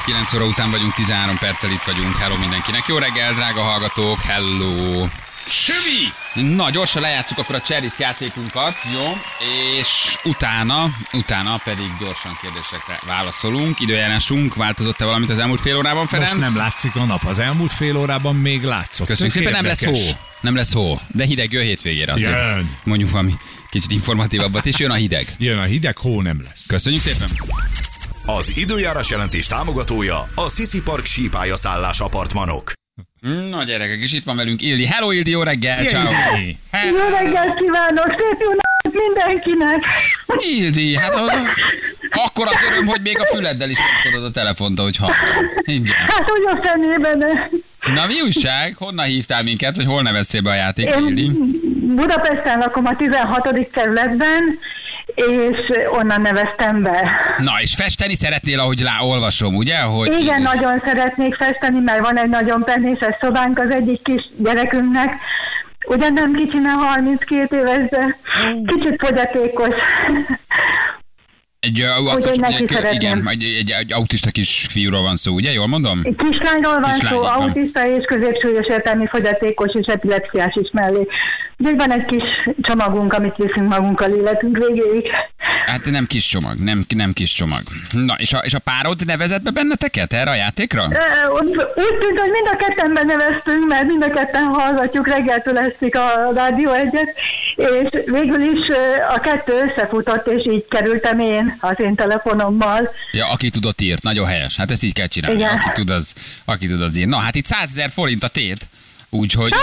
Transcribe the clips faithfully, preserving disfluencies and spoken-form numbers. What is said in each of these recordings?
kilenc óra után vagyunk, tizenhárom perccel itt vagyunk. Hello mindenkinek. Jó reggel, drága hallgatók. Hello. Sövi! Na, gyorsan lejátszuk akkor a Cseris játékunkat, jó? És utána, utána pedig gyorsan kérdésekre válaszolunk. Időjárásunk, változott-e valamit az elmúlt fél órában, Ferenc? Most nem látszik a nap, az elmúlt fél órában még látszott. Köszönjük szépen, nem lesz hó. Nem lesz hó, de hideg jön hétvégére azért. Jön. Mondjuk valami kicsit informatívabbat is, jön a hideg. Jön a hideg, hó nem lesz. Köszönjük szépen. Az időjárás jelentés támogatója a Sisi Park sípályaszállás apartmanok. Na gyerekek, és itt van velünk Ildi. Hello Ildi, jó reggel, ciao. Jó reggelt kívánok, szép jó napot mindenkinek! Ildi, hát az, akkor az öröm, hogy még a füleddel is kapkodod a telefont, hogy hallod. Igen. Hát hogy a fenében? Na mi újság? Honnan hívtál minket, hogy hol neveztél be a játék, Ildi? Budapesten lakom a tizenhatodik kerületben, és onnan neveztem be. Na, és festeni szeretnél, ahogy lá, olvasom, ugye? Hogy Igen, így... nagyon szeretnék festeni, mert van egy nagyon pennészes szobánk az egyik kis gyerekünknek. Ugyan nem kicsi, nem harminckét éves, de kicsit fogyatékos. Egy, azt Úgyhogy mondja, neki egy, igen, egy, egy, egy autista kisfiúról van szó, ugye? Jól mondom? Kislányról van Kislány, szó, van. autista és középsúlyos értelmi fogyatékos és epilepsziás is mellé. Úgyhogy van egy kis csomagunk, amit viszünk magunkkal életünk végéig. Hát nem kis csomag, nem, nem kis csomag. Na, és a, és a párod nevezett be benneteket erre a játékra? Úgy tűnt, hogy mind a ketten beneveztünk, mert mind a ketten hallgatjuk, reggeltől eszik a Rádió egyet, és végül is a kettő összefutott, és így kerültem én az én telefonommal. Ja, aki tudott írt, nagyon helyes. Hát ezt így kell csinálni. Igen. Aki tud, az, aki tud, az ír. Na, hát itt százezer forint a tét, úgyhogy...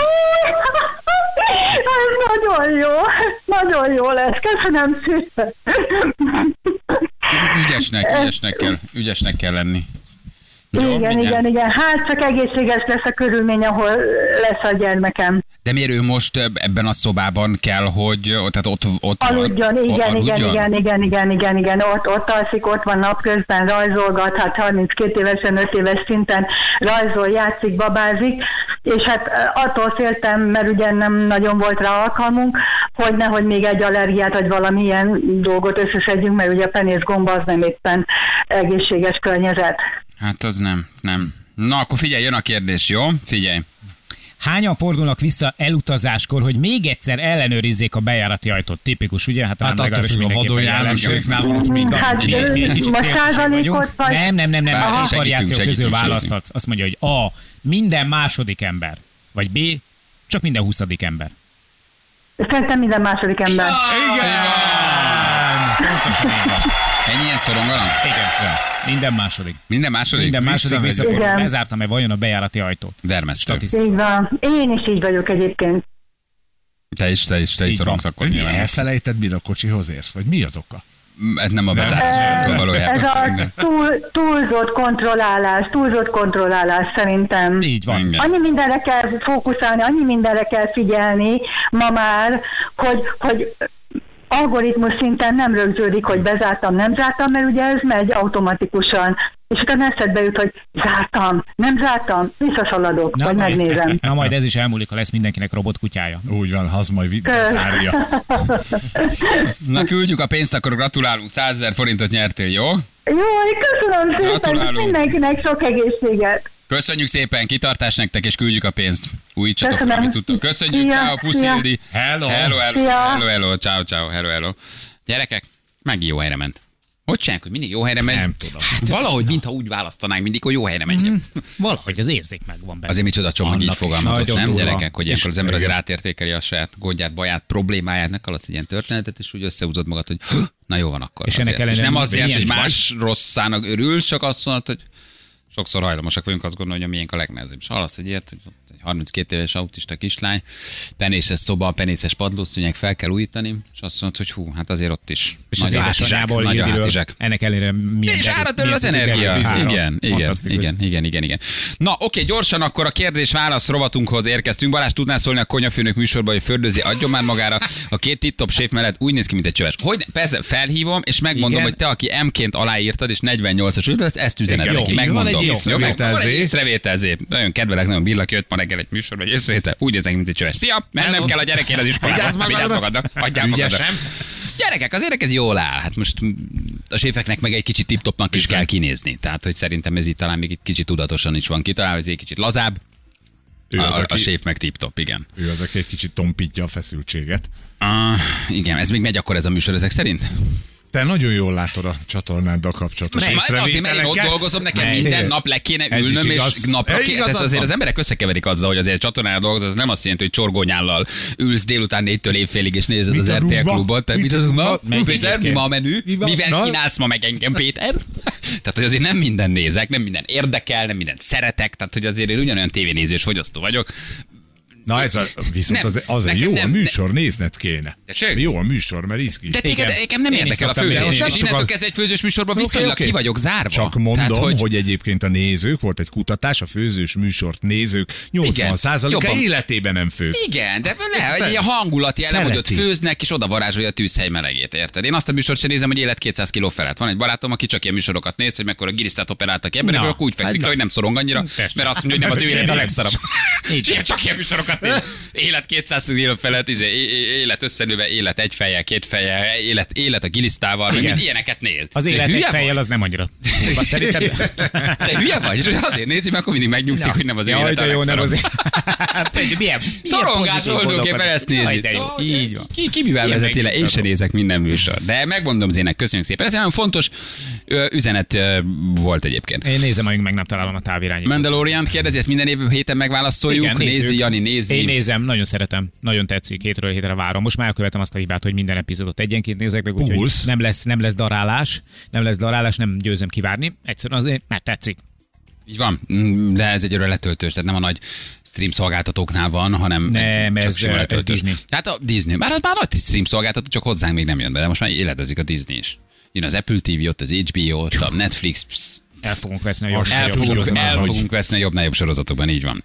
Ez nagyon jó, nagyon jó lesz, köszönöm szépen. Ügyesnek, ügyesnek kell, ügyesnek kell lenni. Jó, Igen, mindjárt. igen, igen. Hát csak egészséges lesz a körülmény, ahol lesz a gyermekem. De miért ő most ebben a szobában kell, hogy tehát ott, ott Aludjon, van, igen, aludjon? igen, igen, igen, igen, igen, igen, ott, ott alszik, ott van napközben, rajzolgat, hát harminckét évesen, öt éves szinten rajzol, játszik, babázik, és hát attól féltem, mert ugye nem nagyon volt rá alkalmunk, hogy nehogy még egy allergiát, vagy valamilyen dolgot összeszedjünk, mert ugye a penészgomba az nem éppen egészséges környezet. Hát az nem, nem. Na, akkor figyelj, jön a kérdés, jó? Figyelj. Hányan fordulnak vissza elutazáskor, hogy még egyszer ellenőrizzék a bejárati ajtót? Tipikus, ugye? Hát, Hát attól függ, a Vadon Jánoséknál ott minden. Hát Kicsit most szélsőség százalékot vagyunk. vagy... Nem, nem, nem, nem. Aha. A Segítünk, variáció segítünk, közül segítünk. választhatsz. Azt mondja, hogy A. Minden második ember. Vagy B. Csak minden huszadik ember. Szerintem minden második ember. Igen! Pontosan így van. Ennyien szoronganak? Igen. Minden második. Minden második? Minden második Visszamegy. visszafordul. Igen. Bezártam-e vajon a bejárati ajtót? Dermesztő. Statisztika. Így van. Én is így vagyok egyébként. Te is, te is, te is Így szorongsz van. akkor Mi nyilván. elfelejted, mire a kocsihoz érsz? Vagy mi az oka? Ez nem a bezárás, szóval Ez valójában. a túl, túlzott kontrollálás, túlzott kontrollálás szerintem. Így van. Igen. Annyi mindenre kell fókuszálni, annyi mindenre kell figyelni ma már, hogy, hogy algoritmus szinten nem rögződik, hogy bezártam, nem zártam, mert ugye ez megy automatikusan. És utána eszedbe jut, hogy zártam, nem zártam, visszaszaladok, Na, vagy majd- megnézem. Na majd ez is elmúlik, ha lesz mindenkinek robotkutyája. Úgy van, az majd vidd, zárja. Na küldjük a pénzt, akkor gratulálunk, százezer forintot nyertél, jó? Jó, köszönöm szépen, és Gratulálunk. mindenkinek sok egészséget. Köszönjük szépen, kitartás nektek, és küldjük a pénzt. Újítsatok fel, Köszönöm. amit tudtok. Köszönjük, Szia, ciao, puszi, szia. Ildi. Hello. Hello, hello, Szia. hello, hello, ciao, ciao, hello, hello. Gyerekek, megint jó helyre ment. Hogy csinálják, hogy mindig jó helyre megy? Nem tudom. Hát valahogy, mintha úgy választanánk mindig, hogy jó helyre menjen. Valahogy az érzék megvan benne. Azért micsoda csomag így Annak is fogalmazott, nagyon nem durva. gyerekek, hogy És ilyenkor az ember azért igen. átértékeli a saját gondját, baját, problémáját, meghallasz egy ilyen történetet, és úgy összehúzod magad, hogy na jó van akkor. És ennek azért. És ellenére nem mi- azért, milyen hogy vagy? más rosszának örülsz, csak azt mondod, hogy sokszor hajlamosak vagyunk azt gondolni, hogy a miénk a legnehezebb. És hallasz egy ilyet, hogy ott egy harminckét éves autista kislány, penészes szoba, penészes padlószőnyeg fel kell újítani, és azt mondod, hogy hú, hát azért ott is. És az nagy a hátizsák, édesanyából nagy a Ildiről hátizsák. ennek ellenére milyen És derül- árad tőle milyen az szintű energia. derül- Ára. Igen, igen, Fantasztikus. igen, igen, igen, igen, igen. Na, oké, gyorsan akkor a kérdés-válasz rovatunkhoz érkeztünk. Balázs, tudnál szólni a konyhafőnök műsorban, hogy Földözi adjon már magára a két tip-top séf mellett úgy néz ki, mint egy csöves. Hogy persze felhívom, és megmondom, Igen. hogy te, aki M-ként aláírtad, és negyvennyolcas ültet, ezt üzened Igen. neki. Jó, Megmondom. van egy Jó, észrevétel, van egy Zé. észrevétel, Zé. Nagyon kedvelek, nagyon billak, jött ma reggel egy műsor, vagy észrevétel. Úgy nézek, mint egy csöves. Szia, mennem kell a gyerekére az iskolába. Vigyázz Vigyázz magadra. magadnak. Hagyjál magadra. Ügyesen. Gyerekek, azért ez jól áll. Hát most a séfeknek meg egy kicsit tip-topnak is kell kinézni. Tehát, hogy szerintem ez itt talán még egy kicsit tudatosan is van kitalálva, ez egy kicsit lazább. Ő az, a, aki, a séf meg tip-top, igen. Ő az, aki egy kicsit tompítja a feszültséget. Uh, igen, ez még megy akkor ez a műsor ezek szerint? Te nagyon jól látod a csatornáddal kapcsolatos Most már azért, mert én ott dolgozom, nekem minden nap le kéne ülnöm, és napra kéne. Ez azért az emberek összekeverik azzal, hogy azért csatornára dolgozol, az nem azt jelenti, hogy csorgónyállal ülsz délután négytől évfélig, és nézed az er té el klubot. Te mit az ma? Péter, mi ma a menü? Mivel kínálsz ma meg engem, Péter? Tehát, hogy azért nem minden nézek, nem minden érdekel, nem mindent szeretek, tehát, hogy azért én ugyanolyan tévénézős fogyasztó vagyok. Na ez a, viszont nem, az, az egy jó nem, a műsor, nézned kéne. Tessék? Jó a műsor, mert izgi. De téged nekem nem érdekel a főzés, és, és innentől kezdve egy főzős műsorban viszonylag okay, okay. ki vagyok zárva. Csak mondom, Tehát, hogy... hogy egyébként a nézők, volt egy kutatás, a főzős műsort nézők nyolcvan százaléka életében nem főz. Igen, de lehet, hogy egy hangulati elem, hogy ott főznek, és oda varázsolja a tűzhely melegét, érted? Én azt a műsort sem nézem, hogy élet kétszáz kiló felett. Van egy barátom, aki csak ilyen műsorokat néz, hogy mekkora gilisztát operáltak emberek, akkor úgy fekszik, hogy nem szorong annyira, mert azt mondja, hogy nem az ő élet a legszarabb. Csak ilyen műsorokat néz. Élet kétszáz kiló felett, élet összenőve, élet egy fejjel, két fejjel, élet, élet a gilisztával, meg ilyeneket néz. Az élet egy fejjel az nem annyira. Szerintem... Te hülye vagy, és azért nézi, mert akkor mindig megnyugszik, ja. hogy nem az ő élet a legszarabb. Szorongás oldóképpen ezt nézi. Így van. Ki, ki mivel vezeti le? Én sem nézek minden műsor. De megmondom Zének, köszönjük szépen. Ez egy nagyon fontos üzenet volt egyébként. Én nézem, amíg meg nem találom a távirányítót. Mandaloriant kérdezi, ezt minden év héten megválaszoljuk. Nézi, Jani, nézi. Én nézem, nagyon szeretem, nagyon tetszik, hétről hétre várom. Most már elkövetem azt a hibát, hogy minden epizódot egyenként nézek meg, úgyhogy nem lesz, nem lesz darálás, nem lesz darálás, nem győzöm kivárni. Egyszerűen azért, mert tetszik. Így van, de ez egy öröm letöltős, tehát nem a nagy stream szolgáltatóknál van, hanem nem, csak ez, sima ez Disney. Tehát a Disney, már az már nagy stream szolgáltató, csak hozzánk még nem jön be, de most már életezik a Disney is. Jön az Apple té vé, ott az há bé o, ott a Netflix. Psz, el fogunk veszni a jobb, el jobb, fogunk, jobb, el hogy... fogunk veszni a jobbnál jobb sorozatokban, így van.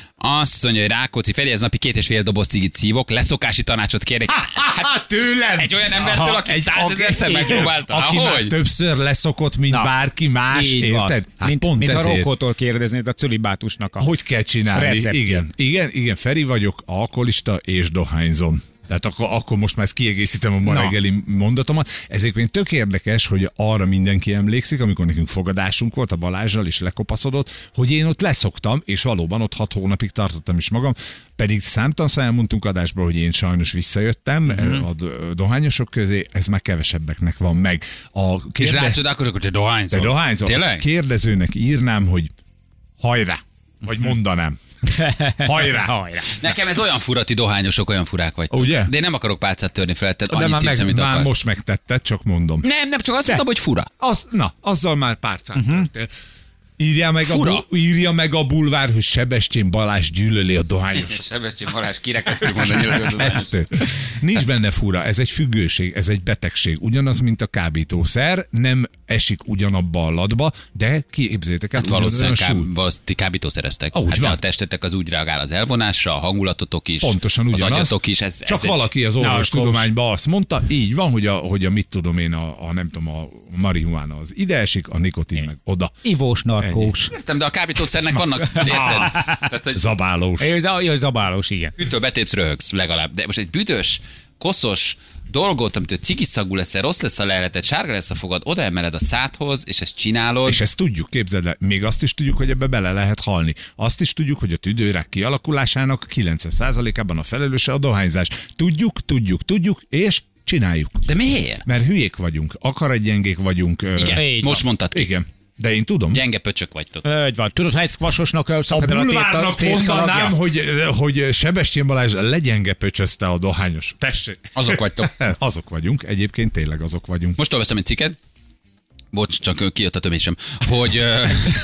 Azt mondja, hogy Rákóczi Feri, ez napi két és fél doboz cigit szívok, leszokási tanácsot kérek. Hát tőlem! Egy olyan embertől, aki százezerszer megpróbálta. Aki Ahogy? már többször leszokott, mint Na, bárki más, érted? Hát mint, pont mint a Rokkótól kérdezni, a cölibátusnak a Hogy kell csinálni? Receptjén. Igen, igen, igen, Feri vagyok, alkoholista és dohányzom. Tehát akkor, akkor most már ezt kiegészítem a ma reggeli mondatomat. Ezért még tök érdekes, hogy arra mindenki emlékszik, amikor nekünk fogadásunk volt a Balázsral, és lekopaszodott, hogy én ott leszoktam, és valóban ott hat hónapig tartottam is magam, pedig számtalanszor elmondtunk adásból, hogy én sajnos visszajöttem mm-hmm. a dohányosok közé, ez már kevesebbeknek van meg. A kérde... És rácsodálkozok, hogy te dohányzol. Te dohányzol. Tényleg? Kérdezőnek írnám, hogy hajrá, vagy mondanám. Hajrá! Hajrá! Nekem ez olyan fura, ti dohányosok olyan furák vagytok. Ugye? De én nem akarok pálcát törni feletted, de annyit már, szívsz, meg, amit már akarsz. most megtetted, csak mondom. Nem, nem, csak azt mondtam, hogy fura. Az, na, azzal már pálcát uh-huh. törtél. Írja meg, a, bu- írja meg a bulvár, hogy Sebestyén Balázs gyűlöli a dohányos. Sebestyén Balázs kirekesztő mondani a dohányos. Nincs benne fura, ez egy függőség, ez egy betegség. Ugyanaz, mint a kábítószer, nem esik ugyanabba a latba, de képzeljétek el, hát valószínűleg ká- ti kábítószereztek. Ah, hát a testetek az úgy reagál az elvonásra, a hangulatotok is, pontosan ugyanaz, az agyatok is. Ez, csak ez valaki az orvostudományban azt mondta, így van, hogy a, hogy a mit tudom én, a, a nem tudom, a marihuána az ide esik, a nikotin meg oda. Ivós narkós. Értem, de a kábítószernek vannak, érted? Tehát, hogy zabálós. Jó, zabálós, igen. Ütől betépsz, röhögsz legalább. De most egy büdös, koszos dolgot, amitől cigiszagú leszel, rossz lesz a leleted, sárga lesz a fogad, odaemeled a szádhoz, és ezt csinálod. És ezt tudjuk, képzeld el. Még azt is tudjuk, hogy ebbe bele lehet halni. Azt is tudjuk, hogy a tüdőrák kialakulásának kilencven százalékában a felelőse a dohányzás. Tudjuk, tudjuk, tudjuk, és csináljuk. De miért? Mert hülyék vagyunk, akaratgyengék vagyunk. Igen, ö... most mondtad ki. Igen. De én tudom. Gyenge pöcsök vagytok. Így van. Tudod, ha egy kvasosnak szakad el a bulvárnak mondanám, hogy, hogy Sebestyén Balázs legyenge pöcsözte a dohányos. Tessék. Azok vagytok. Azok vagyunk. Egyébként tényleg azok vagyunk. Most olvasztom egy cikket. Bocs, csak kijött a tömésem, hogy uh,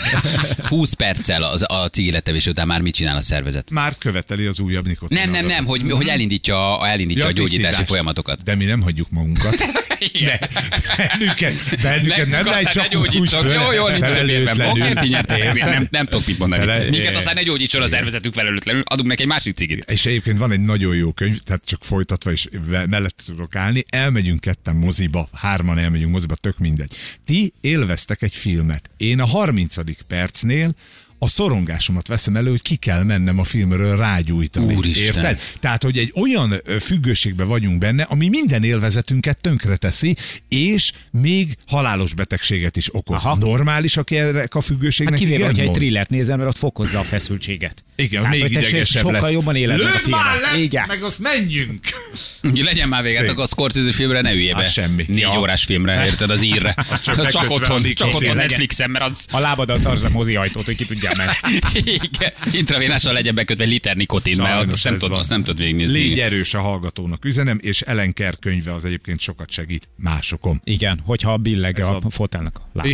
húsz perccel az, a cigi letevés után már mit csinál a szervezet? Már követeli az újabb nikotin. Nem, nem, nem, hogy, hogy elindítja, elindítja ja, a gyógyítási tisztítás. folyamatokat. De mi nem hagyjuk magunkat. Ne, bennünket, bennünket nem lehet csak úgy föl. Jó, jó, nincs többében. Oké, ti nyertek. Nem, nem, nem tudok mit mondani. Fele, Minket aztán ne gyógyítson a szervezetünk felelőtlenül, adunk neki egy másik cigit. És egyébként van egy nagyon jó könyv, tehát csak folytatva is mellett tudok állni. Elmegyünk ketten moziba, hárman elmegyünk moziba, tök mindegy. Ti élveztek egy filmet. Én a harmincadik percnél a szorongásomat veszem elő, hogy ki kell mennem a filmről rágyújtani. Úristen. Érted? Tehát, hogy egy olyan függőségben vagyunk benne, ami minden élvezetünket tönkreteszi, és még halálos betegséget is okoz. Aha. Normálisak erre a függőségnek? Hát kivéve, igen, hogyha egy mond? thrillert nézel, mert ott fokozza a feszültséget. Igen, Tehát, még hogy tessék, idegesebb sokkal lesz. jobban éled meg a Lőd már filmet. le, Igen. meg azt menjünk! Legyen már véget, akkor a Scorsese filmre ne üljél be. Az semmi. Négy Ja. órás filmre, érted, az írre. csak Csak, bekötve otthon, a csak otthon legyen. Netflixen, mert az... A lábadat tartsd a mozi ajtót, hogy ki tudjál menni. Igen, intravénással legyen bekötve liter nikotin, mert Sajnos azt nem ez tudod, van. azt nem tudod végignézni. Légy erős a hallgatónak üzenem, és Ellen Kerr könyve az egyébként sokat segít másokon. Igen, hogyha billeg Ez a, a- fotelnek a lába.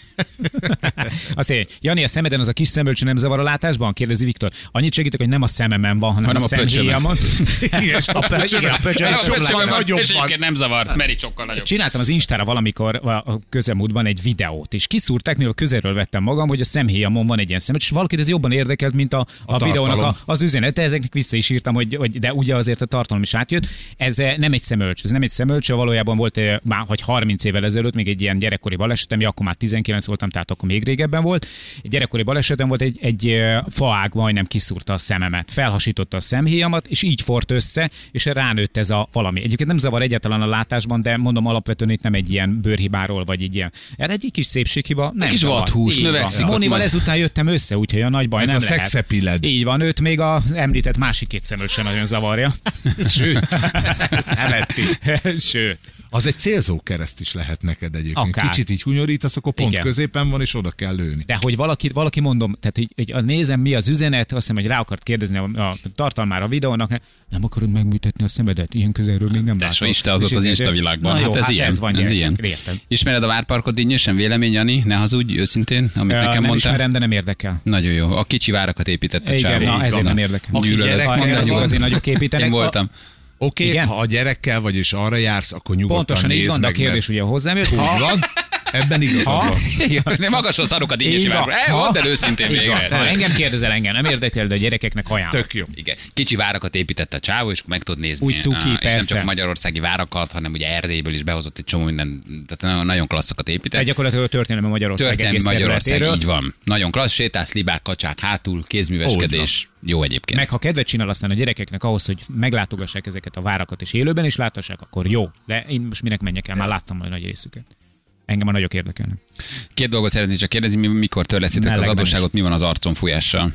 Azt mondja, Jani, a szemeden az a kis szemölcső nem zavar a látásban? Kérdezi Viktor. Annyit segítek, hogy nem a szememen van, hanem, Hanem a, a pöcsömön. szemhéjamon. Igen, A pöcsömön, a pöcsömön. Nem, a sokkal pöcsömön van, nagyobb és van. egyébként nem zavar, Meri sokkal nagyobb. Csináltam az Instára valamikor a a közelmúltban egy videót, és kiszúrták, mivel közelről vettem magam, hogy a szemhéjamon van egy ilyen szemet, és valakit ez jobban érdekelt, mint a, a, A videónak tartalom. a, az üzenete. Ezeknek vissza is írtam, hogy, hogy de ugye azért a tartalom is átjött. Ez eh, nem egy szemölcs, ez nem egy szemölcs, valójában volt eh, már hogy harminc évvel ezelőtt még egy ilyen gyerekkori balesetem, ja, akkor már tizenkilenc voltam, tehát akkor még régebben volt. Egy gyerekkori balesetem volt, egy, egy eh, faág majdnem kiszúrta a szememet, felhasította a szemhéjamat, és így fort össze, és ránőtt ez a valami. Egyébként nem zavar egyáltalán a látásban, de mondom alapvetően itt nem egy ilyen bőrhibáról, vagy egy ilyen. Ez egy kis szépséghiba. Nem kis zavar. vadhús, Így van. növekszik ott Monival majd. ezután jöttem össze, úgyhogy a nagy baj Ez nem a lehet. szexepiled. Így van, őt még az említett másik két szemöl sem nagyon zavarja. Sőt, szereti. Sőt. Az egy célzó kereszt is lehet neked egyébként. Akár. Kicsit így hunyorítasz, akkor pont Igen. középen van, és oda kell lőni. De hogy valaki, valaki mondom, tehát hogy, hogy a nézem mi az üzenet, azt hiszem, hogy rá akart kérdezni a, a tartalmára a videónak, nem akarod megműtetni a szemedet, ilyen közelről még nem Tesó, látod. Isten az És ott az ez- Insta világban. Na jó, Hát ez ilyen. Ez van, Ez gyerekek, ilyen. érted. Ismered a Várparkot dinnyesen vélemény, Jani? Ne hazudj, őszintén, amit Ö, nekem nem mondtál. ismerem, de nem érdekel. Nagyon jó. A kicsi várakat épített a Igen, csávó. na, ezért Van. nem érdekel. Aki Gyűlölet. gyerek A- mondani az van. igazi nagyok építenek. Én voltam. Oké, okay, Igen? ha a gyerekkel vagy és arra jársz, akkor nyugodtan Pontosan így nézd van, de a meg, kérdés ugye hozzám jött. mert- Úgy van, ebben igazad Ha? van. Nem magasra szarok a dinnyesi Így van. várról. Eh, Ha? mondd el őszintén Így van. végre. Ha engem kérdezel, engem nem érdekel, de a gyerekeknek ajánlom. Tök jó. Igen. Kicsi várakat épített a csávó, és akkor meg tudod nézni. Úgy cuki, Ah, és nem persze. csak magyarországi várakat, hanem ugye Erdélyből is behozott egy csomó minden, tehát nagyon, nagyon klasszokat épített. Tehát gyakorlatilag a történelmi Magyarország Történelmi egész Magyarország, területéről. így van. Nagyon klassz, sétálsz, libák, kacsák hátul, kézműveskedés, jó egyébként. Meg ha kedvet csinál aztán a gyerekeknek ahhoz, hogy meglátogassák ezeket a várakat és élőben is láthassák, akkor jó. De én most minek menjek el, már láttam majd nagy részüket. Engem a nagyok érdekelnek. Két dolgot szeretnék csak kérdezni, mi- mikor törlesztitek az Melegben adósságot, mi van az arcon fújással?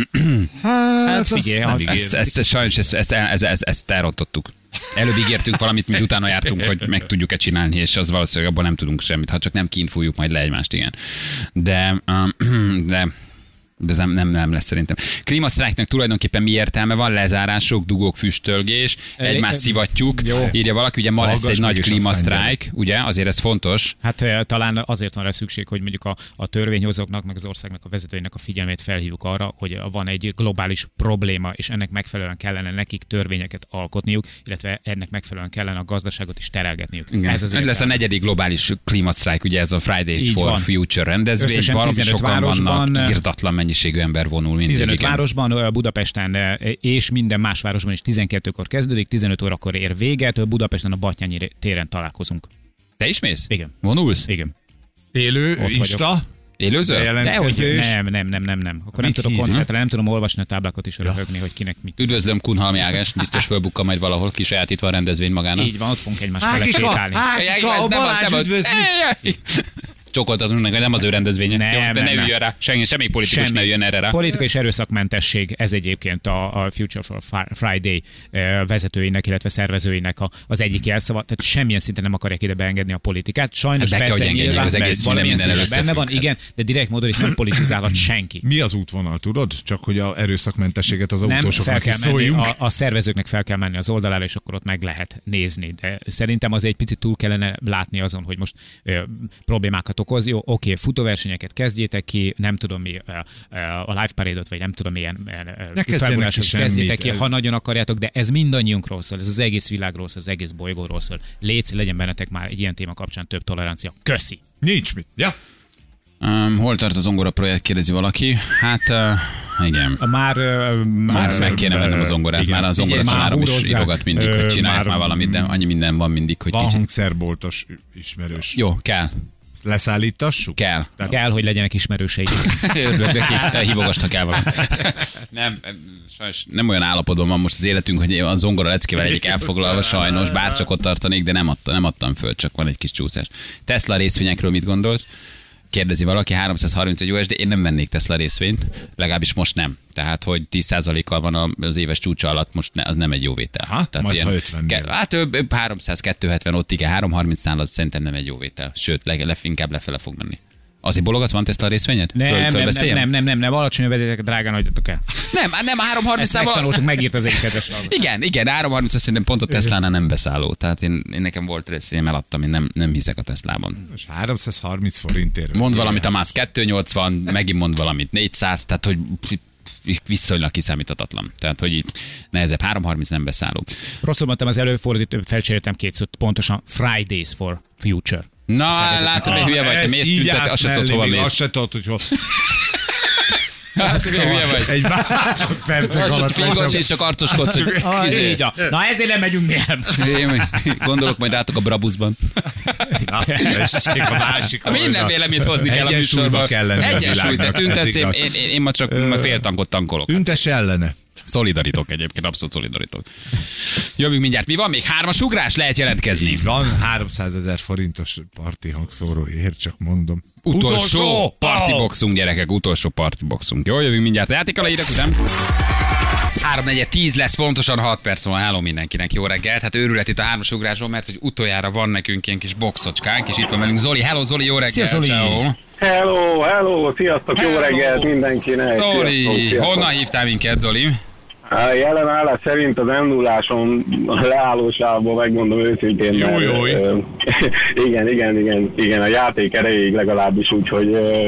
Hát figyelj, nem ha- ígér. Ezt, ezt, ezt, sajnos ezt, ezt, ezt, ezt, ezt elrontottuk. Előbb ígértünk valamit, mint utána jártunk, hogy meg tudjuk-e csinálni, és az valószínűleg abban nem tudunk semmit, ha csak nem kint fújjuk majd le egymást, igen. De, um, de de ez nem, nem, nem lesz szerintem. Klímasztrájknak tulajdonképpen mi értelme van? Lezárások, dugók, füstölgés, egymást szivattyúk. Jó. Írja valaki, ugye ma lesz Hallgass egy meg, nagy és aztán klímasztrájk, ugye? Azért ez fontos. Hát eh, talán azért van rá szükség, hogy mondjuk a, a törvényhozóknak, meg az országnak a vezetőinek a figyelmét felhívjuk arra, hogy van egy globális probléma, és ennek megfelelően kellene nekik törvényeket alkotniuk, illetve ennek megfelelően kellene a gazdaságot is terelgetniük. Igen. Ez az Ez lesz a értelme. negyedik globális klímasztrájk, ugye ez a Fridays Így for van. Future rendezvény, Összesen baromi tizenöt sokan városban, vannak, irdatlan mennyiségű ember vonul mindig. tizenöt igen. városban, Budapesten és minden más városban is tizenkettőkor kezdődik, tizenöt órakor ér véget, Budapesten a Battyányi téren találkozunk. Te is mész? Igen. Vonulsz? Igen. Élő, vagyok. Insta, Élőzöl? bejelentkezés. De hogy nem, nem, nem, nem, nem. Akkor nem Mit tudok hír? koncentrálni, nem tudom olvasni a táblákat és röhögni, hogy kinek mit. Üdvözlöm Kunhalmi Ágás, biztos fölbukka majd valahol, kisajátítva a rendezvény magának. Így van, ott fogunk egymás mellett Ágika, sétálni. Ágika, Ez a nem az- Balázs nem az- üdvözli. Ejjjj! Csokoltatunk neki, nem az ő rendezvénye. Nem, Jó, de nem, ne nem. üljön rá, semmi, semmi politikus ne üljön erre rá. Politika és erőszakmentesség, ez egyébként a, a Future for Friday eh, vezetőinek, illetve szervezőinek a, az egyik jelszava. Tehát semmilyen szinten nem akarják ide beengedni a politikát. Sajnos Hát be kell, persze hogy engedjék, nyilván az egész lesz valamilyen minden szinten benne van, összefügg. igen, de direkt módon itt nem politizálhat senki. Mi az útvonal, tudod? Csak hogy a erőszakmentességet az Nem, fel autósoknak kell is menni, szóljunk. a, a szervezőknek fel kell menni az oldalára, és akkor ott meg lehet nézni. De szerintem az egy picit túl kellene látni azon, hogy most ö, problémákat okoz. Jó, oké, futóversenyeket kezdjétek ki, nem tudom mi, ö, ö, a live parade-ot, vagy nem tudom milyen kezdjenek felvonásokat ki semmit. kezdjétek ki, ha nagyon akarjátok, de ez mindannyiunkról szól, ez az egész világról szól, az egész bolygóról szól. Légy, legyen bennetek már egy ilyen téma kapcsán több tolerancia. Köszi! Nincs mit. Ja. Um, hol tart az zongora projekt, kérdezi valaki. Hát uh, igen. Már, ö, Már meg kéne vennem az zongorát, igen. már a zongora Igen, csalárom is húrozzák, írogat mindig, ö, hogy csinálják már valamit, de annyi minden van mindig, hogy Van kicsit. hangszerboltos ismerős. Jó, kell. leszállítassuk? Kell. Tehát Kell, hogy legyenek ismerőseik. Örülök neki, hívogasta kell valami. Nem, sajnos nem olyan állapotban van most az életünk, hogy a zongora leckével egyik elfoglalva, sajnos, bárcsak ott tartanék, de nem, adta, nem adtam föl, csak van egy kis csúszás. Tesla részvényekről mit gondolsz? Kérdezi valaki, háromszázharminc U S D, én nem vennék Tesla részvényt, legalábbis most nem. Tehát, hogy tíz százalékkal van az éves csúcsa alatt, most ne, az nem egy jó vétel. Ha? Tehát Majd ilyen, ha ötven ke, hát háromszáz kétszázhetven ott, igen, háromszázharmincnál az szerintem nem egy jó vétel. Sőt, leg, le, inkább lefele fog menni. Azért bologatsz, van Tesla részvényed? Nem, Föl, nem, nem, nem, nem, nem, nem, alacsony jövedelmek, drágán hagyjatok el. Nem, nem, a Ezt háromszázharmincával... megtanultuk, megírt az egyik kedves hallgató. Igen, igen, háromszázharminc szerintem pont a Teslánál nem beszálló. Tehát én, én nekem volt részvényem, eladtam, én nem, nem hiszek a Teslában. most háromszázharminc forintért. Mond valamit a Musk kétszáznyolcvan, megint mond valamit négyszáz, tehát hogy viszonylag kiszámíthatatlan. Tehát, hogy itt nehezebb, háromszázharminc nem beszálló. Rosszul mondtam, az előfordít, felcseréltem kétszer, pontosan Fridays for Future. Na, látod, hogy hülye vagy, te mész tüntetni, azt se tudod, hova mész. Azt se tudod, hogy hol. Hát, hülye vagy. Egy másodpercek Csak alatt. fingolsz és csak arcoskodsz, hogy Ah, izé. így a- Na ezért nem megyünk mi el. Én meg gondolok majd rátok a Brabusban. Na, tessék, a másik Minden oldal. véleményt hozni kell a Egyensúlyba műsorban. kell lenni a Egyensúlyt, te világnak, ez tüntetsz, én, igaz. én, én, én ma csak ma fél tankot tankolok. Tüntes ellene. Szolidarítok egyébként, abszolút szolidarítok. Jövünk mindjárt. Mi van még? Hármas ugrás? Lehet jelentkezni. Van háromszázezer forintos parti hangszóró, ér, csak mondom. Utolsó party Oh! boxunk, gyerekek, utolsó party boxunk. Jó, jövünk mindjárt a játékkal, írek után. három negyven tíz lesz, pontosan hat perc van. Háló mindenkinek, jó reggelt. Hát őrület itt a hármas ugrásról, mert hogy utoljára van nekünk ilyen kis boxocskánk, és itt van velünk Zoli. Hello Zoli, jó reggelt. Szia, Zoli. Ciao. Hello, hello, sziasztok, jó reggelt mindenkinek. Zoli, Sziasztok, sziasztok. honnan hívtál minket, Zoli? A jelen állás szerint az induláson leállósávból megmondom őszintén. Jó, mert, jó. ö, igen, igen, igen, igen, a játék erejéig legalábbis, úgyhogy ö,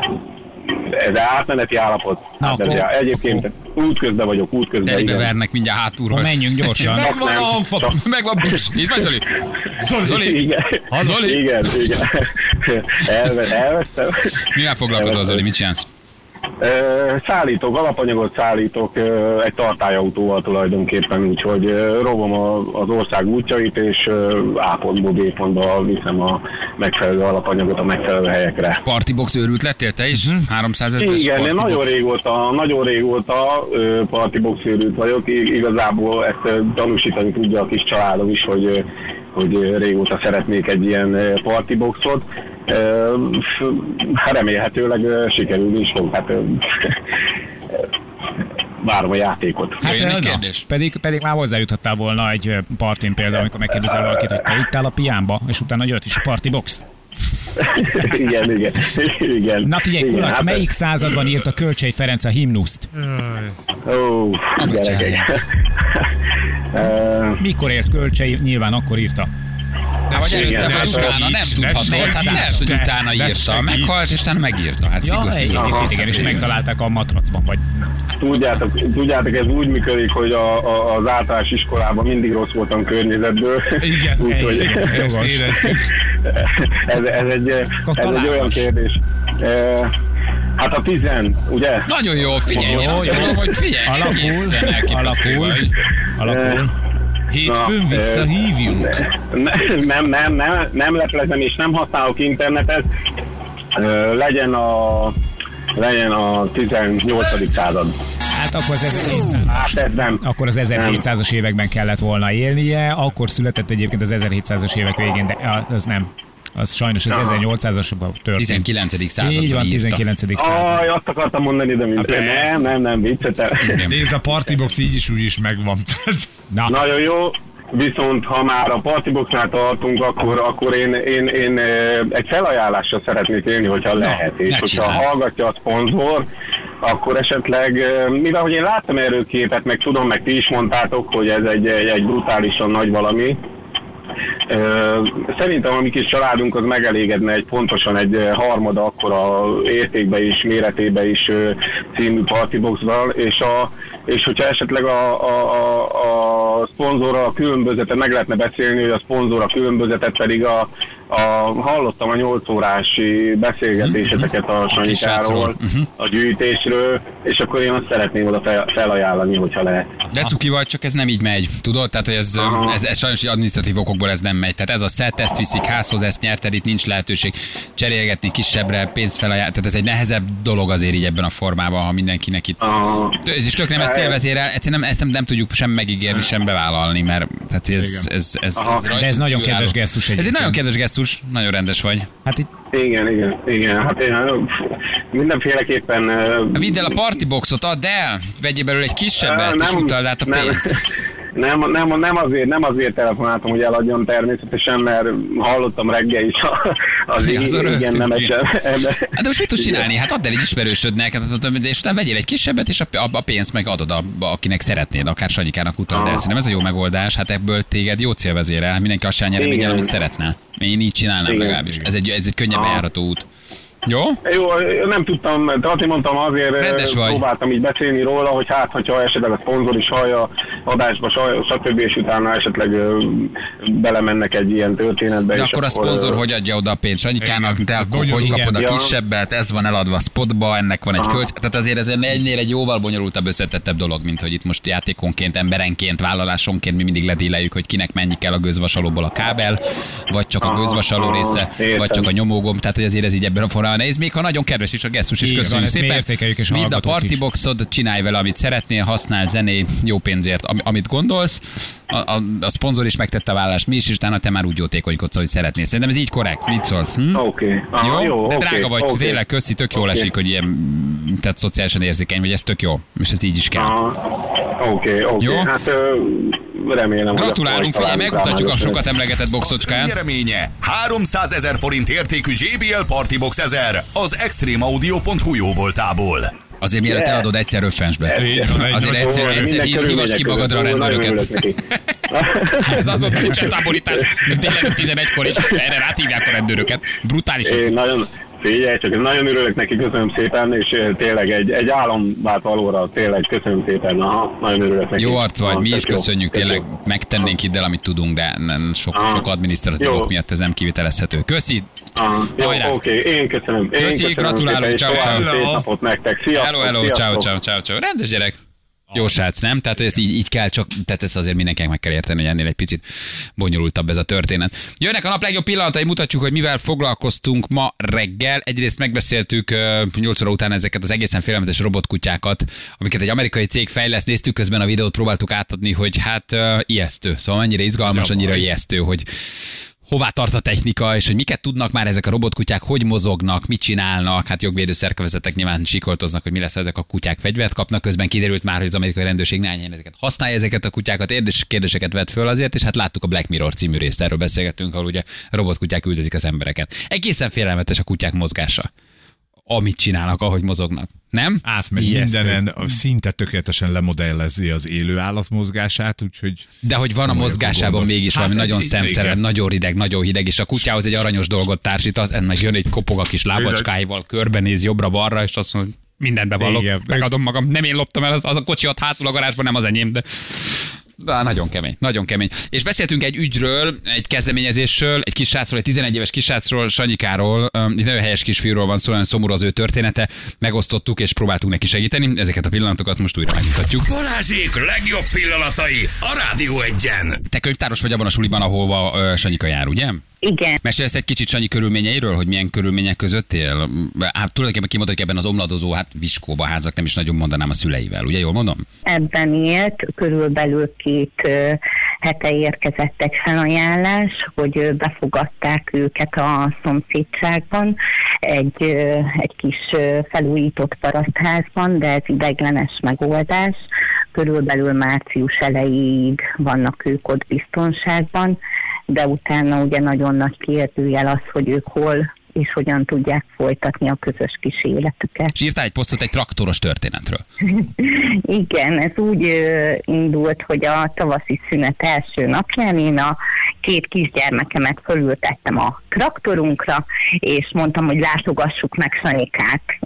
ez átmeneti állapot. Na, Átmeneti akkor- állapot. Egyébként útközben vagyok, útközben, Telibe igen. vernek mindjárt hátulról. Menjünk gyorsan. Megvan a hangfa. Megvan, busz. Itt vagy, Zoli? Zoli, Igen, Zoli? igen, igen. Elve, elvesztem. mivel foglalkozol, Zoli? Mit csinálsz? Ö, Szállítok, alapanyagot szállítok ö, egy tartályautóval tulajdonképpen, úgyhogy ö, rovom a- az ország útjait, és ö, A pontból B pontba viszem a megfelelő alapanyagot a megfelelő helyekre. Partybox őrült lettél te is? háromszázezeres Igen, én nagyon partybox. régóta, nagyon régóta ö, partybox őrült vagyok, I- igazából ezt ö, tanúsítani tudja a kis családom is, hogy, ö, hogy ö, régóta szeretnék egy ilyen ö, partyboxot. Ö, f- hát remélhetőleg ö, sikerülni is fog, hát ö, várom a játékot. Jöjjön egy na, kérdés. pedig, pedig már hozzájuthattál volna egy ö, partin például, amikor megkérdezel valakit, hogy te ittál a piánba, és utána jött is a party box. igen, igen, igen. Na figyelj, igen, Kulacs, hát- melyik században írta Kölcsey Ferenc a himnuszt? Ó, gyerekek. becsárja. Ö, Mikor ért Kölcsey? Nyilván akkor írta. Hát, vagy előtte, Igen, vagy hát, utána, nem segíts, tudhatod. ne Hát segíts, lehet, hogy te, utána ne írta. segíts. Meghalt, és utána megírta. Hát Ja, szigor, szigor. egyébként igen, és megtalálták a matracban, vagy Tudjátok, tudjátok, ez úgy működik, hogy a, a, az általános iskolában mindig rossz voltam környezetből. Igen, Úgyhogy ezt Jogos. érezzük. ez, ez, egy, ez egy találmas. olyan kérdés. E, hát a tizen, ugye? Nagyon jó, figyelj, én Jó, azt jó. mondom, hogy figyelj, Alakul, egészen elképesztő alakul. vagy. alakul. Hétfőn Na, visszahívjunk. Ne, nem, nem, nem, nem leplezem és nem használok internetet. Ö, legyen a legyen a tizennyolcadik század. Hát akkor az ezerhétszázas. Hát ez nem. Akkor az ezerhétszázas években kellett volna élnie, akkor született egyébként az ezerhétszázas évek végén, de az nem. Az sajnos az ezernyolcszázasban történt. tizenkilencedik században Így van, írta. tizenkilencedik század. Aj, azt akartam mondani, de mint... persze. Nem, nem, nem, viccetel. Igen. Nézd, a partybox így is úgy is megvan. Na, Nagyon jó, viszont ha már a partyboxnál tartunk, akkor, akkor én, én, én ö, egy felajánlással szeretnék élni, hogyha lehet. És ne hogyha csináld. hallgatja a szponzor, akkor esetleg, ö, mivel hogy én láttam erről képet, meg tudom, meg ti is mondtátok, hogy ez egy, egy, egy brutálisan nagy valami, Ö, szerintem a mi kis családunk az megelégedne egy pontosan egy ö, harmada akkora értékbe is, méretébe is ö, című partyboxval, és, a, és hogyha esetleg a, a, a, a szponzorral a különbözetet meg lehetne beszélni, hogy a szponzor a különbözetet pedig a, a, hallottam a nyolc órási beszélgetéseteket a Sanyikáról, uh-huh. a gyűjtésről, és akkor én azt szeretném oda fel, felajánlani, hogyha lehet. De cuki vagy, csak ez nem így megy, tudod? Tehát, hogy ez, ez, ez sajnos adminisztratív okokból ez nem megy. Tehát ez a szett, ezt viszik házhoz, ezt nyerted, itt nincs lehetőség cserélgetni kisebbre, pénzt felajánlani. Tehát ez egy nehezebb dolog azért így ebben a formában, ha mindenkinek itt. Ez is tök nem ezt élvezérel, egyszerűen nem, ezt nem, nem tudjuk sem megígérni, sem bevállalni, mert tehát ez, ez, ez, ez, ez de ez nagyon kedves gesztus. Ez egy nagyon kedves gesztus, nagyon rendes vagy. Hát itt igen, igen, igen. Hát én mindenféleképpen... Vidd el a partyboxot, add el, vegyél belőle egy kisebbet, és utald át a pénzt. Nem, nem, nem, azért, nem azért telefonáltam, hogy eladjon természetesen, mert hallottam reggel is az ja, igen, igen nemesen. Hát de most mit tudsz csinálni? Hát add el egy ismerősödnek, és utána vegyél egy kisebbet, és a, a pénzt meg adod, a, akinek szeretnéd, akár Sanyikának utald el. Szerintem ez a jó megoldás, hát ebből téged jó célvezérel, mindenki azt sem nyereményel, amit szeretne. Én így csinálnám igen. legalábbis. Ez egy, ez egy könnyebb bejárható út. Jó? Jó, nem tudtam, tehát én mondtam azért, próbáltam így beszélni róla, hogy hát, hogyha esetleg a szponzor is hallja adásba, stb. És utána esetleg belemennek egy ilyen történetbe. De akkor a szponzor hogy adja oda a pénzt Sanyikának, te akkor hogy kapod a kisebbet, ez van eladva a spotba, ennek van egy kölcs. Tehát azért ez ennél egy jóval bonyolultabb, összetettebb dolog, mint hogy itt most játékonként, emberenként, vállalásonként mi mindig ledíleljük, hogy kinek mennyi kell a gőzvasalóból a kábel, vagy csak a gőzvasaló része, vagy csak a nyomógomb. Tehát hogy azért ez így ebben a formában nehéz, még ha nagyon kedves is a gesztus, és köszönjük szépen. Vidd a partyboxod, csinálj vele, amit szeretnél, használ zené, jó pénzért, amit gondolsz. A, a, a szponzor is megtette a vállalást, mi is, és utána te már úgy jótékonykodsz, hogy szeretnél. Szerintem ez így korrekt, mit szólsz? Hm? Oké. Okay. Jó? jó? De okay. drága vagy, okay. tényleg köszi, tök jól okay. esik, hogy ilyen, tehát szociálisan érzékeny, vagy ez tök jó, és ez így is kell. Oké, oké. Hát remélem, gratulálunk, figyelj, megmutatjuk a sokat emlegetett boxocskát. Az nyereménye háromszázezer forint értékű jé bé el Partybox ezer az extreme audio pont hu jó voltából. Azért mielőtt eladod egyszer röffensbe. Azért egyszer, egyszer hívasd ki magadra a rendőröket. Ez azon nincsen táborítás, délelőtt tizenegykor, és erre rátívják a rendőröket. Brutális. Nagyon, figyelj, csak nagyon örülök neki, köszönöm szépen, és tényleg egy, egy álom vált valóra, tényleg köszönöm szépen, aha, nagyon örülök neki. Jó arc vagy, mi is köszönjük, tényleg megtennénk itt el, amit tudunk, de nem, sok, sok adminisztratív ok miatt ez nem kivitelezhető. Köszi! Oké, okay. Én köszönöm. Én Köszi, köszönöm gratulálunk, ciao, ciao. Szép napot nektek, sziasztok! Hello, hello, ciao, ciao, ciao, ciao. Rendes gyerek. Jó srác, nem? Tehát ez így, így kell, csak tehát ezt azért mindenkinek meg kell érteni, hogy ennél egy picit bonyolultabb ez a történet. Jönnek a nap legjobb pillanatai, mutatjuk, hogy mivel foglalkoztunk ma reggel. Egyrészt megbeszéltük nyolc óra után ezeket az egészen félelmetes robotkutyákat, amiket egy amerikai cég fejleszt. Néztük közben a videót, próbáltuk átadni, hogy hát uh, ijesztő. Szóval annyira izgalmas, annyira ijesztő, hogy hová tart a technika, és hogy miket tudnak már ezek a robotkutyák, hogy mozognak, mit csinálnak, hát jogvédő szerkezetek nyilván sikoltoznak, hogy mi lesz, ha ezek a kutyák fegyvert kapnak, közben kiderült már, hogy az amerikai rendőrség néhány helyen ezeket használja, ezeket a kutyákat, érdekes kérdéseket vett föl azért, és hát láttuk a Black Mirror című részt, erről beszélgettünk, ahol ugye robotkutyák üldözik az embereket. Egészen félelmetes a kutyák mozgása. Amit csinálnak, ahogy mozognak. Nem? Átmegy mindenen, szinte tökéletesen lemodellezi az élő állat mozgását, úgyhogy... De hogy van a mozgásában mégis hát valami nagyon szemszerűen, nagyon rideg, nagyon hideg, és a kutyához egy aranyos dolgot társít, az meg jön egy kopog a kis lábacskáival, körbenéz jobbra-balra, és azt mondja, mindent bevallok, igen, megadom magam, nem én loptam el, az, az a kocsi ott hátul a garázsban, nem az enyém, de... De nagyon kemény, nagyon kemény. És beszéltünk egy ügyről, egy kezdeményezésről, egy kis srácról, egy tizenegy éves kis srácról, Sanyikáról, egy nagyon helyes kisfiúról van szó, nagyon szomorú az ő története, megosztottuk és próbáltunk neki segíteni, ezeket a pillanatokat most újra megmutatjuk. Balázsék legjobb pillanatai a Rádió Egyen. Te könyvtáros vagy abban a suliban, ahova uh, Sanyika jár, ugye? Igen. Mesélsz egy kicsit Sanyi körülményeiről, hogy milyen körülmények között él? Hát tulajdonképpen kimondod, hogy ebben az omladozó, hát viskóba házak, nem is nagyon mondanám a szüleivel, ugye jól mondom? Ebben élt, körülbelül két hete érkezett egy felajánlás, hogy befogadták őket a szomszédságban, egy, egy kis felújított parasztházban, de ez ideiglenes megoldás. Körülbelül március elejéig vannak ők ott biztonságban, de utána ugye nagyon nagy kérdőjel az, hogy ők hol és hogyan tudják folytatni a közös kis életüket. És írtál egy posztot egy traktoros történetről. Igen, ez úgy ö, indult, hogy a tavaszi szünet első napján én a két kisgyermekemet fölültettem a traktorunkra, és mondtam, hogy látogassuk meg Sanyikát.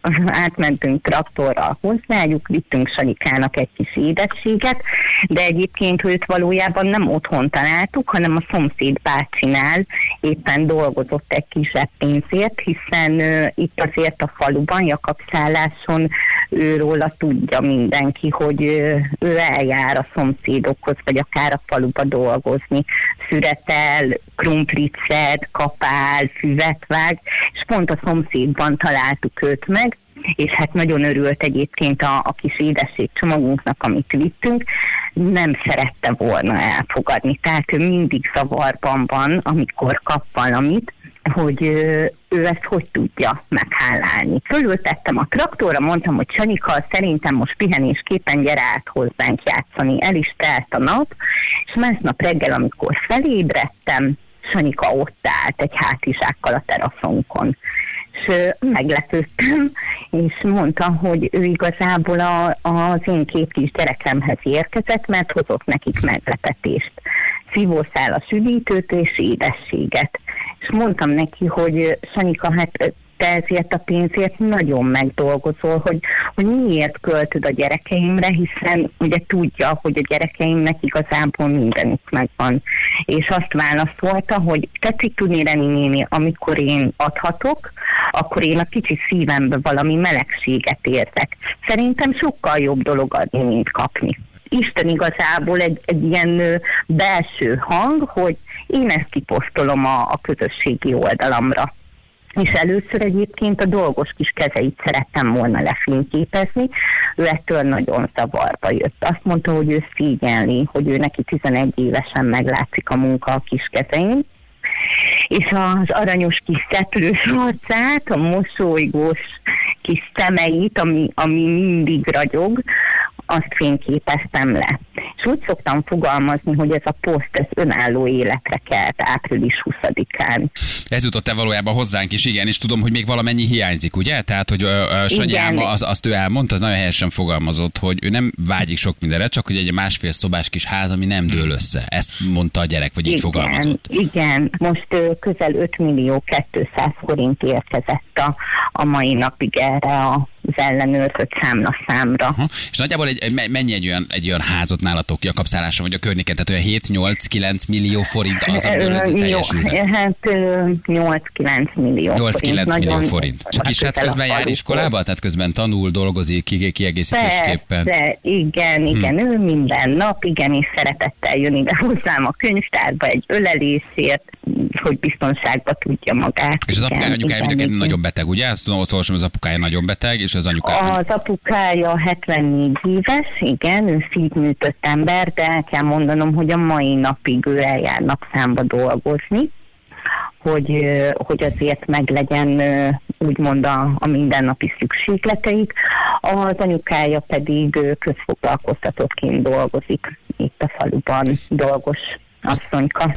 átmentünk traktorral hozzájuk, vittünk Sanyikának egy kis édességet, de egyébként őt valójában nem otthon találtuk, hanem a szomszéd bácsinál éppen dolgozott egy kis zseppénzért, hiszen uh, itt azért a faluban, Jakabszálláson őróla tudja mindenki, hogy uh, ő eljár a szomszédokhoz, vagy akár a faluba dolgozni. Szüretel, krumplit szed, kapál, füvet vág, és pont a szomszédban találtuk őt meg, és hát nagyon örült egyébként a, a kis édesség csomagunknak, amit vittünk, nem szerette volna elfogadni. Tehát ő mindig zavarban van, amikor kap valamit, hogy ő ezt hogy tudja meghálálni. Fölültettem a traktorra, mondtam, hogy Sanyika, szerintem most pihenésképpen gyere át hozzánk játszani. El is telt a nap, és másnap reggel, amikor felébredtem, Sanyika ott állt egy hátizsákkal a teraszonkon. És meglepődtem, és mondta, hogy ő igazából a, az én két kis gyerekemhez érkezett, mert hozott nekik meglepetést. Szívószálas üdítőt és édességet. És mondtam neki, hogy Sanyika, hát te ezért a pénzért nagyon megdolgozol, hogy, hogy miért költöd a gyerekeimre, hiszen ugye tudja, hogy a gyerekeimnek igazából mindenük megvan. És azt válaszolta, hogy tetszik tudni, Reni néni, amikor én adhatok, akkor én a kicsi szívembe valami melegséget érzek. Szerintem sokkal jobb dolog adni, mint kapni. Isten igazából egy, egy ilyen ö, belső hang, hogy én ezt kiposztolom a, a közösségi oldalamra. És először egyébként a dolgos kis kezeit szerettem volna lefényképezni, ő ettől nagyon zavarba jött. Azt mondta, hogy ő szégyelli, hogy ő neki tizenegy évesen meglátszik a munka a kis kezein, és az aranyos kis szeplős arcát, a mosolygós kis szemeit, ami, ami mindig ragyog, azt fényképeztem le. És úgy szoktam fogalmazni, hogy ez a poszt, ez önálló életre kelt április huszadikán. Ez jutott el valójában hozzánk is, igen, és tudom, hogy még valamennyi hiányzik, ugye? Tehát, hogy uh, Sanyi álma, az, azt ő elmondta, nagyon helyesen fogalmazott, hogy ő nem vágyik sok mindenre, csak hogy egy másfél szobás kis ház, ami nem dől össze. Ezt mondta a gyerek, vagy így igen, fogalmazott. Igen, most uh, közel öt millió kétszáz forint érkezett a, a mai napig erre a az ellenőrzött számlaszámra. Aha. És nagyjából egy, mennyi egy olyan, egy olyan házot nálatok Jakabszálláson, vagy a környéken, tehát olyan hét nyolc kilenc millió forint az, amiből teljesülnek? Hát nyolc kilenc millió nyolc kilenc forint. millió forint. És a kisrác közben jár iskolába? Tehát közben tanul, dolgozik, kiegészítésképpen? Persze, igen, igen, hm. ő minden nap, igen, és szeretettel jön ide hozzám a könyvtárba egy ölelésért, hogy biztonságba tudja magát. És az apukája, anyukája mind a kettő nagyon beteg, ugye? Azt tudom, hogy az apukája nagyon beteg, és az anyukája... Az apukája hetvennégy éves, igen, ő szívműtött ember, de el kell mondanom, hogy a mai napig ő eljár napszámba dolgozni, hogy, hogy azért meglegyen úgymond a, a mindennapi szükségleteik. Az anyukája pedig közfoglalkoztatottként dolgozik itt a faluban, dolgos asszonyka.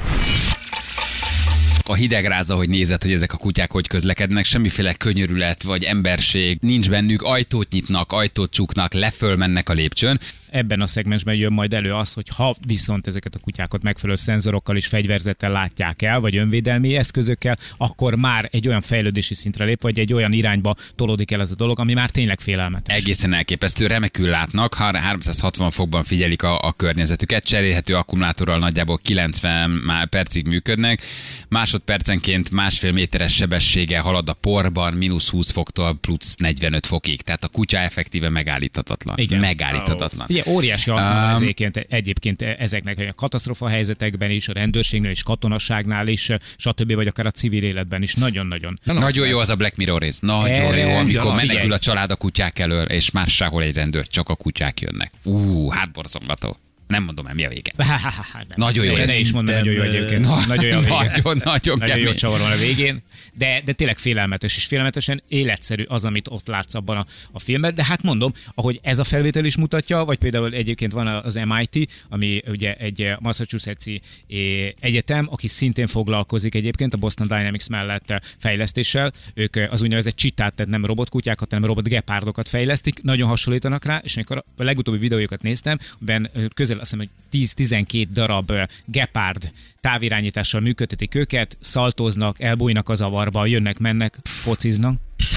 A hidegráza, hogy nézed, hogy ezek a kutyák hogy közlekednek, semmiféle könyörület vagy emberség nincs bennük, ajtót nyitnak, ajtót csuknak, lefölmennek a lépcsőn. Ebben a szegmensben jön majd elő az, hogy ha viszont ezeket a kutyákat megfelelő szenzorokkal és fegyverzettel látják el, vagy önvédelmi eszközökkel, akkor már egy olyan fejlődési szintre lép, vagy egy olyan irányba tolódik el ez a dolog, ami már tényleg félelmetes. Egészen elképesztő, remekül látnak, háromszázhatvan fokban figyelik a, a környezetüket, cserélhető akkumulátorral nagyjából kilencven percig működnek, másodpercenként másfél méteres sebességgel halad a porban, mínusz húsz foktól plusz negyvenöt fokig, tehát a kutya effektíve megállíthatatlan. Igen. Megállíthatatlan. Ugye, óriási haszna um, ezéként, egyébként ezeknek a katasztrófa helyzetekben is, a rendőrségnél is, katonasságnál is, stb. Vagy akár a civil életben is. Nagyon-nagyon. Na, nagyon jó az a Black Mirror rész. Nagyon e, jó, amikor ja, menekül a család a kutyák elől, és már sehol egy rendőr, csak a kutyák jönnek. Ú, hát borzongató. Nem mondom el, mi a vége. Nagyon jó. Ne is mondom, nagyon jó egyébként. Na, nagyon jó a vége. Nagyon, nagyon, nagyon jó csavar van a végén. De, de tényleg félelmetes, és félelmetesen életszerű az, amit ott látsz abban a, a filmben. De hát mondom, ahogy ez a felvétel is mutatja, vagy például egyébként van az em i té, ami ugye egy Massachusetts-i egyetem, aki szintén foglalkozik egyébként a Boston Dynamics mellett fejlesztéssel. Ők az úgynevezett csitát, tehát nem robotkutyákat, hanem robotgepárdokat fejlesztik. Nagyon hasonlítanak rá, és amikor a legutóbbi videójukat néztem, ben közel azt hiszem, hogy tíz-tizenkét darab gepárd távirányítással működtetik őket, szaltoznak, elbújnak a zavarba, jönnek, mennek, fociznak.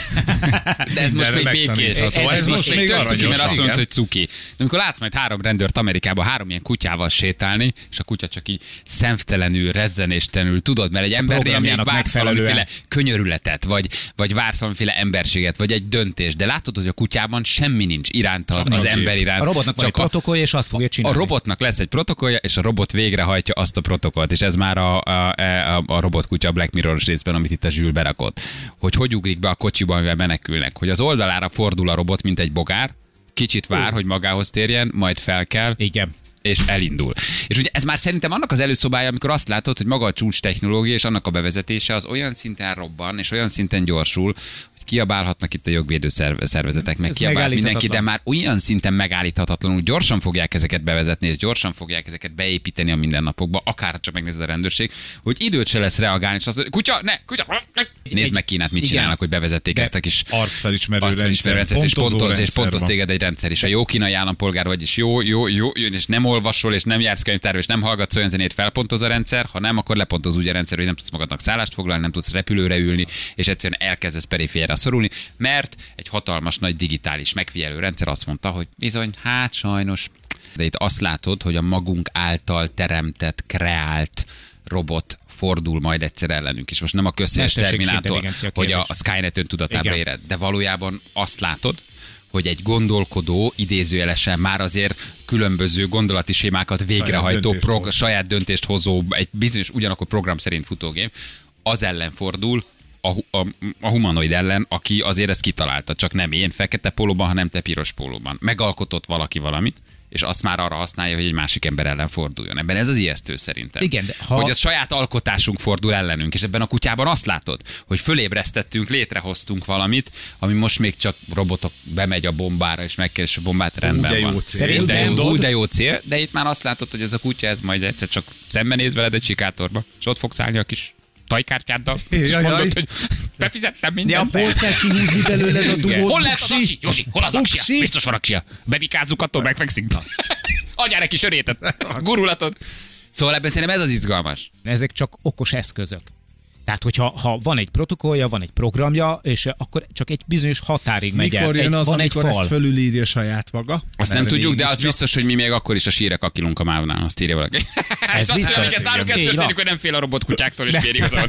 De ez most Mindenre még békés. Ez, megtanítható. ez, Ez most most még még tök cuki, aranyos, mert azt mondod, igen. hogy cuki. De amikor látsz majd három rendőrt Amerikában, három ilyen kutyával sétálni, és a kutya csak így szemtelenül, rezzenéstelenül, tudod, mert egy embernél még programjának vársz megfelelően. valamiféle könyörületet, vagy, vagy vársz valamiféle emberséget, vagy egy döntést, de látod, hogy a kutyában semmi nincs irántad, az nincs. ember iránt. A robotnak van egy Csak a- protokollja, és azt fogja A csinálni. robotnak lesz egy protokollja, és a robot végrehajtja azt a protokollt, és ez már a, a, a, a robotkutya a Black Mirror-os részben, amit itt a Zsül berakott. Hogy hogy ugrik be a kocsiba, amivel menekülnek. Hogy az oldalára fordul a robot, mint egy bogár, kicsit vár, hogy magához térjen, majd fel kell, Igen. és elindul. És ugye ez már szerintem annak az előszobája, amikor azt látod, hogy maga a csúcs technológia és annak a bevezetése az olyan szinten robban, és olyan szinten gyorsul, hogy kiabálhatnak itt a jogvédő szerv- szervezetek, meg Ez kiabál mindenki, de megállíthatatlan. már olyan szinten megállíthatatlanul gyorsan fogják ezeket bevezetni, és gyorsan fogják ezeket beépíteni a mindennapokba, akár csak megnézed a rendőrség, hogy időt se lesz reagálni, és azt mondja, kutya, ne, kutya, ne. Nézd meg Kínát, mit Igen. csinálnak, hogy bevezették De ezt a kis Arcfelismerő arcfelismerő rendszer, rendszer, és pontozó pontoz, és rendszer pontoz van. téged egy rendszer is. A jó kínai állampolgár vagy, és jó, jó, jó, jó, és nem olvasol, és nem jársz könyvtárba, és nem hallgatsz olyan zenét, felpontoz a rendszer, ha nem, akkor lepontoz úgy a rendszer, hogy nem tudsz magadnak szállást foglalni, nem tudsz repülőre ülni, és egyszerűen elkezdesz perifériára szorulni, mert egy hatalmas nagy digitális megfigyelő rendszer azt mondta, hogy bizony, hát sajnos. De itt azt látod, hogy a magunk által teremtett, kreált robot fordul majd egyszer ellenünk is. Most nem a közszeres Mesterséges Terminátor, intelligencia hogy a, kérdés. a Skynet öntudatába Igen. éred, de valójában azt látod, hogy egy gondolkodó, idézőjelesen már azért különböző gondolati sémákat végrehajtó, döntést prog- hoz. saját döntést hozó, egy bizonyos ugyanakkor program szerint futógép, az ellen fordul, a, hu- a, a humanoid ellen, aki azért ezt kitalálta, csak nem én fekete pólóban, hanem te piros pólóban. Megalkotott valaki valamit, és azt már arra használja, hogy egy másik ember ellen forduljon. Ebben ez az ijesztő szerintem. Igen, de ha- Hogy a saját alkotásunk fordul ellenünk, és ebben a kutyában azt látod, hogy fölébresztettünk, létrehoztunk valamit, ami most még csak robotok bemegy a bombára, és megkeres a bombát, rendben de jó van. cél. Szerintem de jó, Mondod? de jó cél, de itt már azt látod, hogy ez a kutya, ez majd egyszer csak szembenéz veled egy sikátorba, és ott fogsz állni a kis tajkártyáddal, és Jaj, mondod, jaj. hogy befizettem mindent. Hol kell kihúzni belőled a dugót? Hol lehet az aksi? Józsi, hol az aksia? Buksi? Biztos van aksia. Bebikázzuk, attól megfekszik. Adjál neki sörétet, gurulatot. Szóval ebben szerintem ez az izgalmas. Ezek csak okos eszközök. Tehát, hogyha ha van egy protokollja, van egy programja, és akkor csak egy bizonyos határig megy el. Mikor jön egy, az, van egy amikor fal. ezt fölülírja saját maga? Azt nem Mert tudjuk, de az mégiscsak- biztos, hogy mi még akkor is a sírek akilunk a mávnál, azt írja valaki. És azt biztos. mondja, hogy ez nálunk ez Így történik, van. hogy nem fél a robotkutyáktól, és kéri az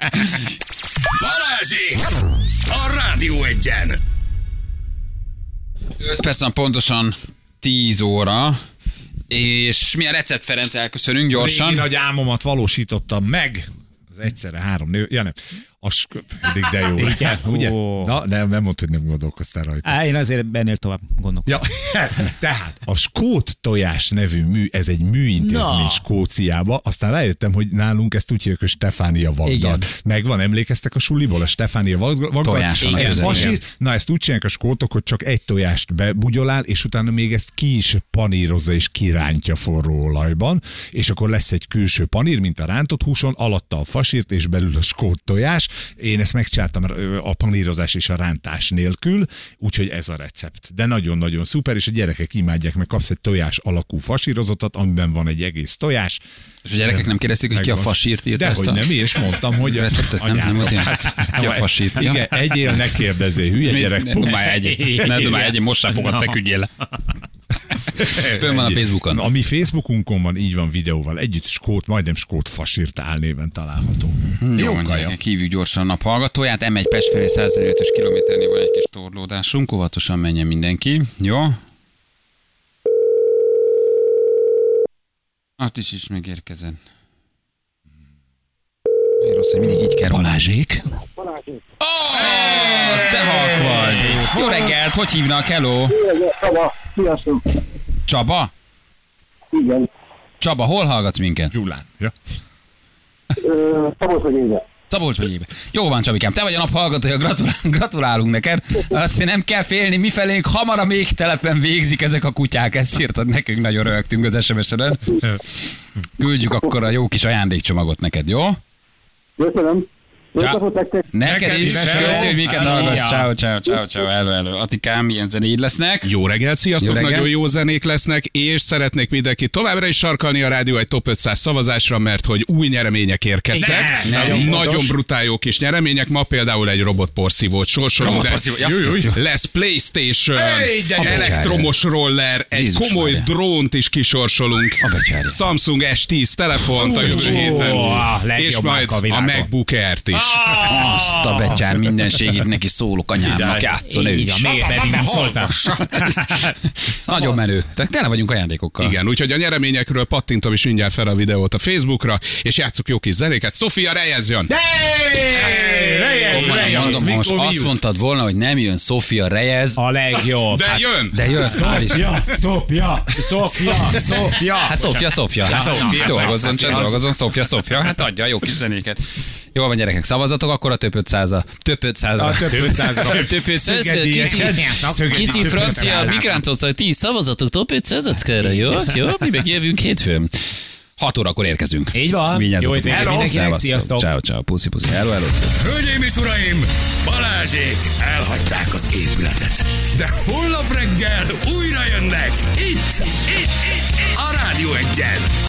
Balázsék! A Rádió Egyen! öt perc van pontosan tíz óra, és mi a Recett Ferenc, elköszönünk gyorsan. Régi nagy álmomat valósítottam meg. Az egyszerre három nő. Ja nem. A sk- pedig de jó. Igen? Ugye? Ó. Na, nem, nem mondta, hogy nem gondolkoztál rajta. Á, én azért ennél tovább gondolkodom. Ja, tehát a Skót tojás nevű mű, ez egy műintézmény Na. Skóciába, aztán rájöttem, hogy nálunk ezt úgy hívjuk, hogy Stefánia Vagdal. Igen. Megvan, emlékeztek a suliból, a Stefánia Vagdal? Tojás van a Egy közelben. fasír, na ezt úgy csinálják a skótok, hogy csak egy tojást bebugyolál, és utána még ezt ki is panírozza és kirántja forró olajban, és akkor lesz egy külső panír, mint a rántott húson, alatta a fasírt, és belül a skót tojás. Én ezt megcsináltam a panírozás és a rántás nélkül, úgyhogy ez a recept. De nagyon-nagyon szuper, és a gyerekek imádják, meg kapsz egy tojás alakú fasírozatot, amiben van egy egész tojás. És a gyerekek nem kérdezték, hogy ki a Megvan. fasírt írta De ezt hogy a... nem, és mondtam, hogy a Receptet nem, nem volt ilyen? Ki a fasírt? Ja. Igen, egyél, ne kérdezzél, hülye gyerek. Ne dumálj egyéb, ne dumálj egyéb, most sem fogod, feküdjél le. Fönn van a Facebookon. A mi Facebookunkon van, így van videóval együtt, skót, majdnem skót fasírt álnéven található. Jó, gyerekek, hívjuk gyorsan a naphallgatóját. em egy Pest felé száznegyvenötös kilométernél van egy kis torlódásunk, óvatosan menjen mindenki. Jó? Azt is is megérkezett. Olyan rossz, hogy mindig így kell. Balázsék? Ó, az te halk vagy. Jó reggelt, hogy hívnak? Hello? Csaba, sziasztok. Csaba? Igen. Csaba, hol hallgatsz minket? Gyulán. Ja. Szabolcs vagy éve. Szabolcs megyébe. Jó van, Csabikám, te vagy a nap hallgatója, gratulál, gratulálunk neked. Azt nem kell félni, mifelénk hamar a még telepen végzik ezek a kutyák, ezt írtad nekünk, nagyon rögtünk az es em es-eden. Küldjük akkor a jó kis ajándékcsomagot neked, jó? Köszönöm. Folytatott nektek. Neked is, Neked is, köszi, hogy minket Szia. hallgass. Ciao, ciao, ciao, ciao, hello, hello. Atikám, milyen zenéid lesznek? Jó reggelt, sziasztok, Jó reggelt. nagyon jó zenék lesznek, és szeretnék mindenkit továbbra is sarkalni a rádió egy top ötszáz szavazásra, mert hogy új nyeremények érkeztek. Igen, nagyon Nagyon, fontos. brutál jó kis nyeremények, ma például egy robotporszívót sorsolunk, de Robotporszívó, ja. Júj, júj. lesz PlayStation, Hey, de gyere. elektromos roller, egy Jézus komoly Mária. drónt is kisorsolunk, A betyárja. Samsung es tíz telefont a jövő héten, a legjobb és majd márka a a világon. MacBook Air-t is. Azt a betyár mindenségét neki szólok anyámnak, játszol ő Így is. van, még pedig nem szóltam. Nagyon menő. Tehát tele vagyunk ajándékokkal. Igen, úgyhogy a nyereményekről pattintom is mindjárt fel a videót a Facebookra, és játsszuk jó kis zenéket. Sofia Reyes jön! Reyes, Komolyan Reyes, mondom, ha most mikor azt jut? mondtad volna, hogy nem jön Sofia Reyes, A legjobb. De jön! de jön. hál' Isten. Szofia, Szofia, Szofia, Szofia. Hát Sofia, Sofia. Hát, Sofia, dolgozzon, persze, csak az- dolgozzon, Sofia, Sofia. Hát adja jó kis zenéket. Jól van, gyerekek, szavazatok, akkor a több ötszázra. Több ötszázra. A több ötszázra. Több ötszázra. Szögedélyesed. Kicsi, Szögedélyesed. kicsi Több francia ötszázra. migrántot, tíz szavazatok, több ötszázra. Jó, jó, mi meg jövünk hétfőn. hat órakor érkezünk. Így van. Jó Vigyázzatok. étvéget Hello. mindenkinek, Szevasztok. sziasztok. Ciao, ciao, puszi, puszi. Hello, hello. Hölgyeim és uraim, Balázsék elhagyták az épületet. De holnap reggel újra jönnek itt, itt, itt, itt. A Rádió Egyen.